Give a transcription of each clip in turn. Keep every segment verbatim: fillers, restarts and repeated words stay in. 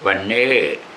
วันนี้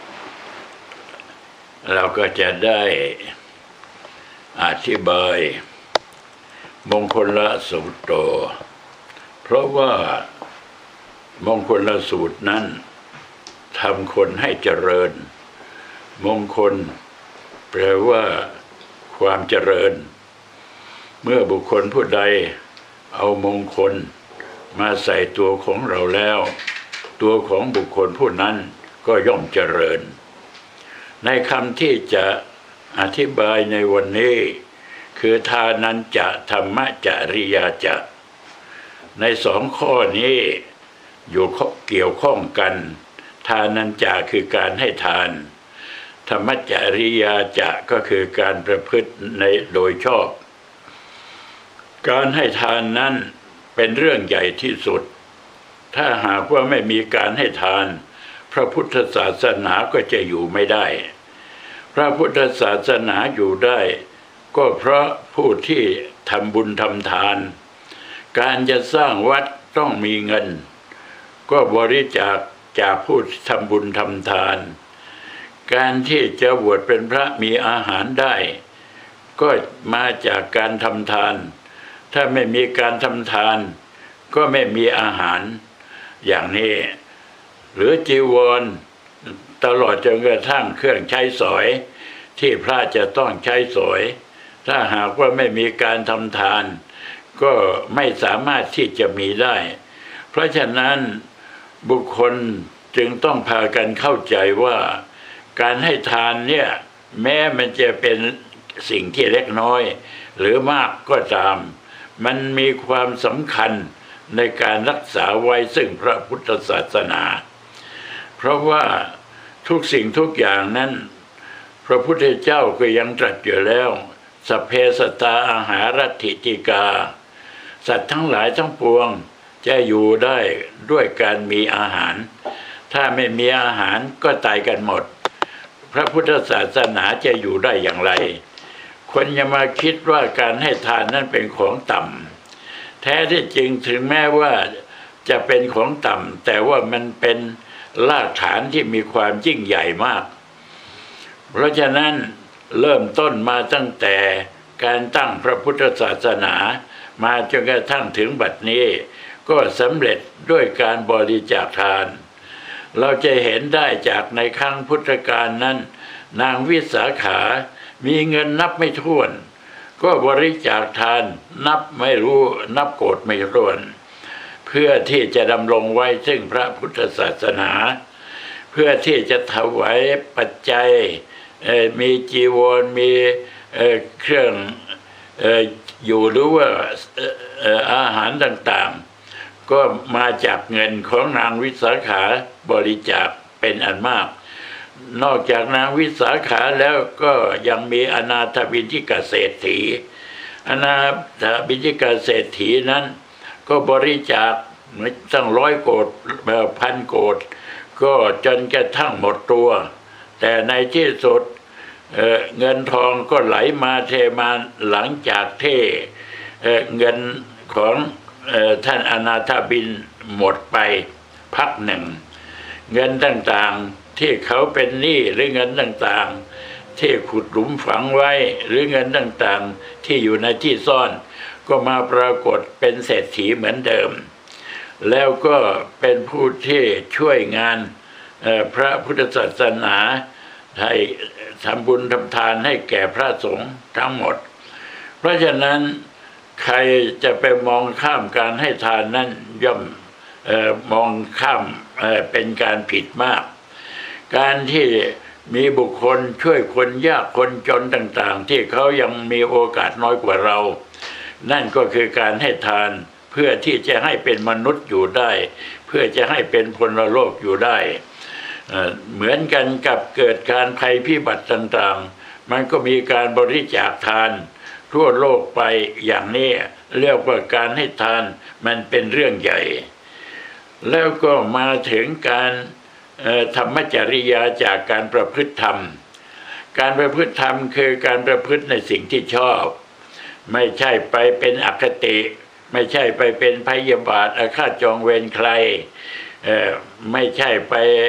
เราก็จะได้อธิบายมงคลสูตรต่อเพราะว่ามงคลสูตรนั้นทำคนให้เจริญมงคลแปลว่าความเจริญเมื่อบุคคลผู้ใดเอามงคลมาใส่ตัวของเราแล้วตัวของบุคคลผู้นั้นก็ย่อมเจริญในคำที่จะอธิบายในวันนี้คือทานันจะธรรมจริยาจะในสองข้อนี้อยู่เกี่ยวข้องกันทานันจะคือการให้ทานธรรมจริยาจะก็คือการประพฤติในโดยชอบการให้ทานนั้นเป็นเรื่องใหญ่ที่สุดถ้าหากว่าไม่มีการให้ทานพระพุทธศาสนาก็จะอยู่ไม่ได้พระพุทธศาสนาอยู่ได้ก็เพราะผู้ที่ทำบุญทำทานการจะสร้างวัดต้องมีเงินก็บริจาคจากผู้ทำบุญทำทานการที่จะบวชเป็นพระมีอาหารได้ก็มาจากการทำทานถ้าไม่มีการทำทานก็ไม่มีอาหารอย่างนี้หรือจีวรตลอดจนกระทั่งเครื่องใช้สอยที่พระจะต้องใช้สอยถ้าหากว่าไม่มีการทำทานก็ไม่สามารถที่จะมีได้เพราะฉะนั้นบุคคลจึงต้องพากันเข้าใจว่าการให้ทานเนี่ยแม้มันจะเป็นสิ่งที่เล็กน้อยหรือมากก็ตามมันมีความสำคัญในการรักษาไว้ซึ่งพระพุทธศาสนาเพราะว่าทุกสิ่งทุกอย่างนั้นพระพุทธเจ้าก็ยังตรัสอยู่แล้วสัพเพสัตตาอาหารถิติกาสัตว์ทั้งหลายทั้งปวงจะอยู่ได้ด้วยการมีอาหารถ้าไม่มีอาหารก็ตายกันหมดพระพุทธศาสนาจะอยู่ได้อย่างไรคนอย่ามาคิดว่าการให้ทานนั้นเป็นของต่ำแท้ที่จริงถึงแม้ว่าจะเป็นของต่ำแต่ว่ามันเป็นรากฐานที่มีความยิ่งใหญ่มากเพราะฉะนั้นเริ่มต้นมาตั้งแต่การตั้งพระพุทธศาสนามาจนกระทั่งถึงบัดนี้ก็สำเร็จด้วยการบริจาคทานเราจะเห็นได้จากในครั้งพุทธกาลนั้นนางวิสาขามีเงินนับไม่ถ้วนก็บริจาคทานนับไม่รู้นับโกรธไม่ถ้วนเพื่อที่จะดำรงไว้ซึ่งพระพุทธศาสนาเพื่อที่จะถวายปัจจัยมีจีวรมีเครื่องอยู่หรือว่าอาหารต่างๆก็มาจากเงินของนางวิสาขาบริจาคเป็นอันมากนอกจากนางวิสาขาแล้วก็ยังมีอนาถบิณฑิกเศรษฐีอนาถบิณฑิกเศรษฐีนั้นก็บริจาคตั้งร้อยโกฏพันโกฏก็จนกระทั่งหมดตัวแต่ในที่สุด เ, เงินทองก็ไหลมาเทมาหลังจากที่เ, เงินของท่านอนาถบิณฑิกหมดไปพักหนึ่งเงินต่างๆที่เขาเป็นหนี้หรือเงินต่างๆที่ขุดหลุมฝังไว้หรือเงินต่างๆที่อยู่ในที่ซ่อนก็มาปรากฏเป็นเศรษฐีเหมือนเดิมแล้วก็เป็นผู้ที่ช่วยงานพระพุทธศาสนาให้ทำบุญทำทานให้แก่พระสงฆ์ทั้งหมดเพราะฉะนั้นใครจะไปมองข้ามการให้ทานนั้นย่อมเอ่อมองข้ามเอ่อเป็นการผิดมากการที่มีบุคคลช่วยคนยากคนจนต่างๆที่เขายังมีโอกาสน้อยกว่าเรานั่นก็คือการให้ทานเพื่อที่จะให้เป็นมนุษย์อยู่ได้เพื่อจะให้เป็นพลโลกอยู่ได้เหมือนกันกับเกิดการภัยพิบัติต่างๆมันก็มีการบริจาคทานทั่วโลกไปอย่างนี้เรียกว่าการให้ทานมันเป็นเรื่องใหญ่แล้วก็มาถึงการธรรมจริยาจากการประพฤติธรรมการประพฤติธรรมคือการประพฤติในสิ่งที่ชอบไม่ใช่ไปเป็นอคติไม่ใช่ไปเป็นพยาบาทอาฆาตจองเวรใครไม่ใช่ไป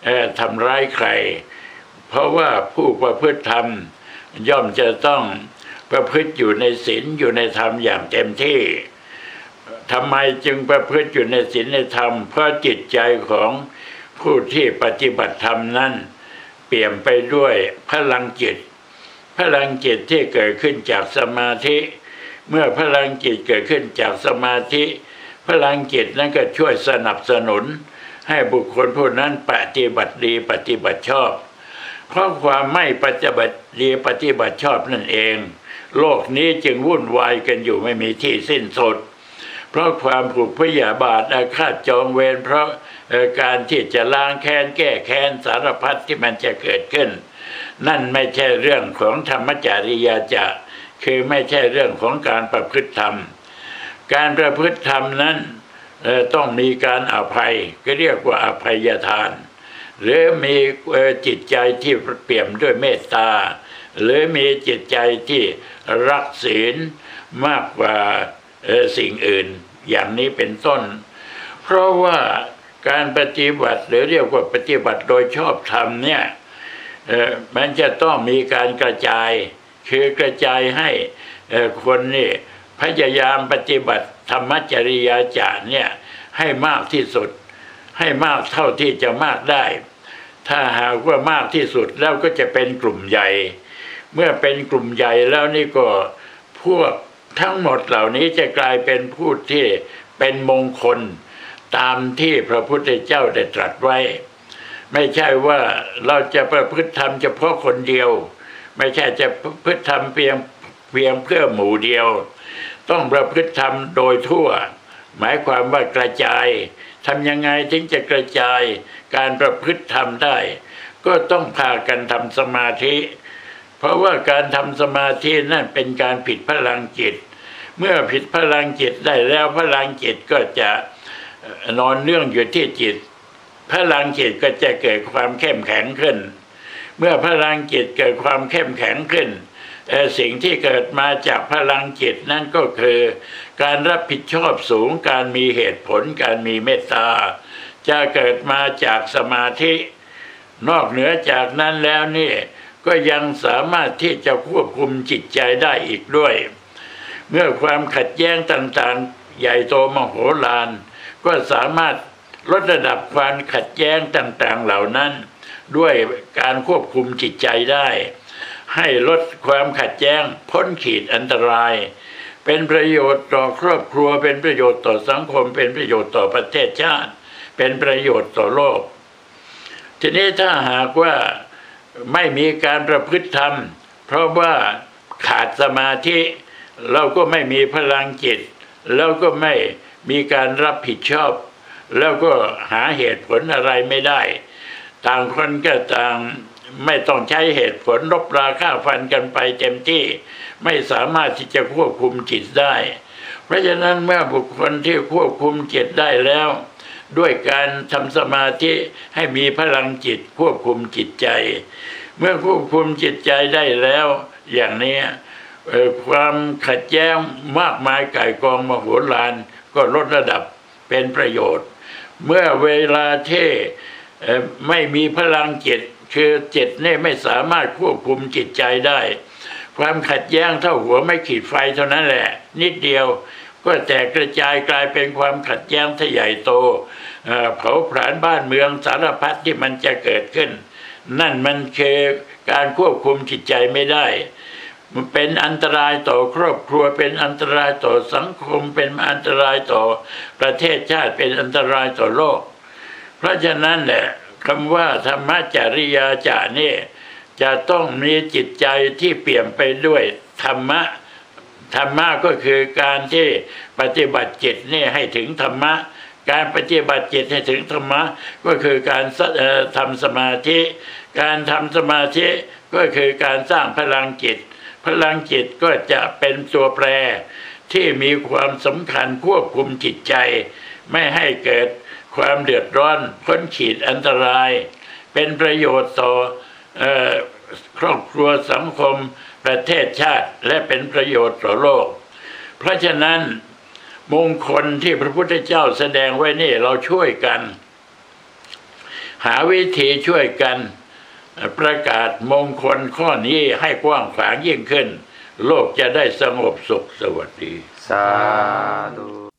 ทำร้ายใครเพราะว่าผู้ประพฤติธรรมย่อมจะต้องประพฤติอยู่ในศีลอยู่ในธรรมอย่างเต็มที่ทำไมจึงประพฤติอยู่ในศีลในธรรมเพราะจิตใจของผู้ที่ปฏิบัติธรรมนั้นเปี่ยมไปด้วยพลังจิตพลังจิตที่เกิดขึ้นจากสมาธิเมื่อพลังจิตเกิดขึ้นจากสมาธิพลังจิตนั้นก็ช่วยสนับสนุนให้บุคคลผู้นั้นปฏิบัติดีปฏิบัติชอบเพราะความไม่ปฏิบัติดีปฏิบัติชอบนั่นเองโลกนี้จึงวุ่นวายกันอยู่ไม่มีที่สิ้นสุดเพราะความผูกพยาบาทอาฆาตจองเวรเพราะการที่จะล้างแค้นแก้แค้นสารพัดที่มันจะเกิดขึ้นนั่นไม่ใช่เรื่องของธรรมจริยาจะคือไม่ใช่เรื่องของการประพฤติธรรมการประพฤติธรรมนั้นต้องมีการอภัยก็เรียกว่าอภัยทานหรือมีจิตใจที่เปี่ยมด้วยเมตตาหรือมีจิตใจที่รักศีลมากกว่าสิ่งอื่นอย่างนี้เป็นต้นเพราะว่าการปฏิบัติหรือเรียกว่าปฏิบัติโดยชอบธรรมเนี่ยมันจะต้องมีการกระจายคือกระจายให้คนนี่พยายามปฏิบัติธรรมจริยาจารย์เนี่ยให้มากที่สุดให้มากเท่าที่จะมากได้ถ้าหากว่ามากที่สุดแล้วก็จะเป็นกลุ่มใหญ่เมื่อเป็นกลุ่มใหญ่แล้วนี่ก็พวกทั้งหมดเหล่านี้จะกลายเป็นผู้ที่เป็นมงคลตามที่พระพุทธเจ้าได้ตรัสไว้ไม่ใช่ว่าเราจะประพฤติธรรมเฉพาะคนเดียวไม่ใช่จะประพฤติธรรมเพียงเพียงเพื่อหมู่เดียวต้องประพฤติธรรมโดยทั่วหมายความว่ากระจายทำยังไงถึงจะกระจายการประพฤติธรรมได้ก็ต้องพากันทำสมาธิเพราะว่าการทำสมาธินั่นเป็นการผิดพลังจิตเมื่อผิดพลังจิตได้แล้วพลังจิตก็จะนอนเนื่องอยู่ที่จิตพลังจิตก็จะเกิดความเข้มแข็งขึ้นเมื่อพลังจิตเกิดความเข้มแข็งขึ้นสิ่งที่เกิดมาจากพลังจิตนั่นก็คือการรับผิดชอบสูงการมีเหตุผลการมีเมตตาจะเกิดมาจากสมาธินอกเหนือจากนั้นแล้วนี่ก็ยังสามารถที่จะควบคุมจิตใจได้อีกด้วยเมื่อความขัดแย้งต่างๆใหญ่โตมโหฬารก็สามารถลดระดับความขัดแย้งต่างๆเหล่านั้นด้วยการควบคุมจิตใจได้ให้ลดความขัดแย้งพ้นขีดอันตรายเป็นประโยชน์ต่อครอบครัวเป็นประโยชน์ต่อสังคมเป็นประโยชน์ต่อประเทศชาติเป็นประโยชน์ต่อโลกทีนี้ถ้าหากว่าไม่มีการประพฤติธรรมเพราะว่าขาดสมาธิเราก็ไม่มีพลังจิตแล้วก็ไม่มีการรับผิดชอบแล้วก็หาเหตุผลอะไรไม่ได้ต่างคนก็ต่างไม่ต้องใช้เหตุผลรบราฆ่าฟันกันไปเต็มที่ไม่สามารถที่จะควบคุมจิตได้เพราะฉะนั้นเมื่อบุคคลที่ควบคุมจิตได้แล้วด้วยการทำสมาธิให้มีพลังจิตควบคุมจิตใจเมื่อควบคุมจิตใจได้แล้วอย่างนี้ความขัดแย้งมากมายก่ายกองมโหฬารก็ลดระดับเป็นประโยชน์เมื่อเวลาที่ไม่มีพลังจิตคือจิตนี่ไม่สามารถควบคุมจิตใจได้ความขัดแย้งเท่าหัวไม่ขีดไฟเท่านั้นแหละนิดเดียวก็แตกกระจายกลายเป็นความขัดแย้งที่ใหญ่โตเผาผลาญบ้านเมืองสารพัดที่มันจะเกิดขึ้นนั่นมันคือการควบคุมจิตใจไม่ได้มันเป็นอันตรายต่อครอบครัวเป็นอันตรายต่อสังคมเป็นอันตรายต่อประเทศชาติเป็นอันตรายต่อโลกเพราะฉะนั้นแหละคำว่าธรรมจริยาจานี่จะต้องมีจิตใจที่เปี่ยมไปด้วยธรรมะธรรมะก็คือการที่ปฏิบัติจิตนี่ให้ถึงธรรมะการปฏิบัติจิตให้ถึงธรรมะก็คือการทำสมาธิการทำสมาธิก็คือการสร้างพลังจิตพลังจิตก็จะเป็นตัวแปรที่มีความสำคัญควบคุมจิตใจไม่ให้เกิดความเดือดร้อนพ้นขีดอันตรายเป็นประโยชน์ต่อครอบครัวสังคมประเทศชาติและเป็นประโยชน์ต่อโลกเพราะฉะนั้นมงคลที่พระพุทธเจ้าแสดงไว้นี่เราช่วยกันหาวิธีช่วยกันประกาศมงคลข้อนี้ให้กว้างขวางยิ่งขึ้น โลกจะได้สงบสุขสวัสดีสาธุ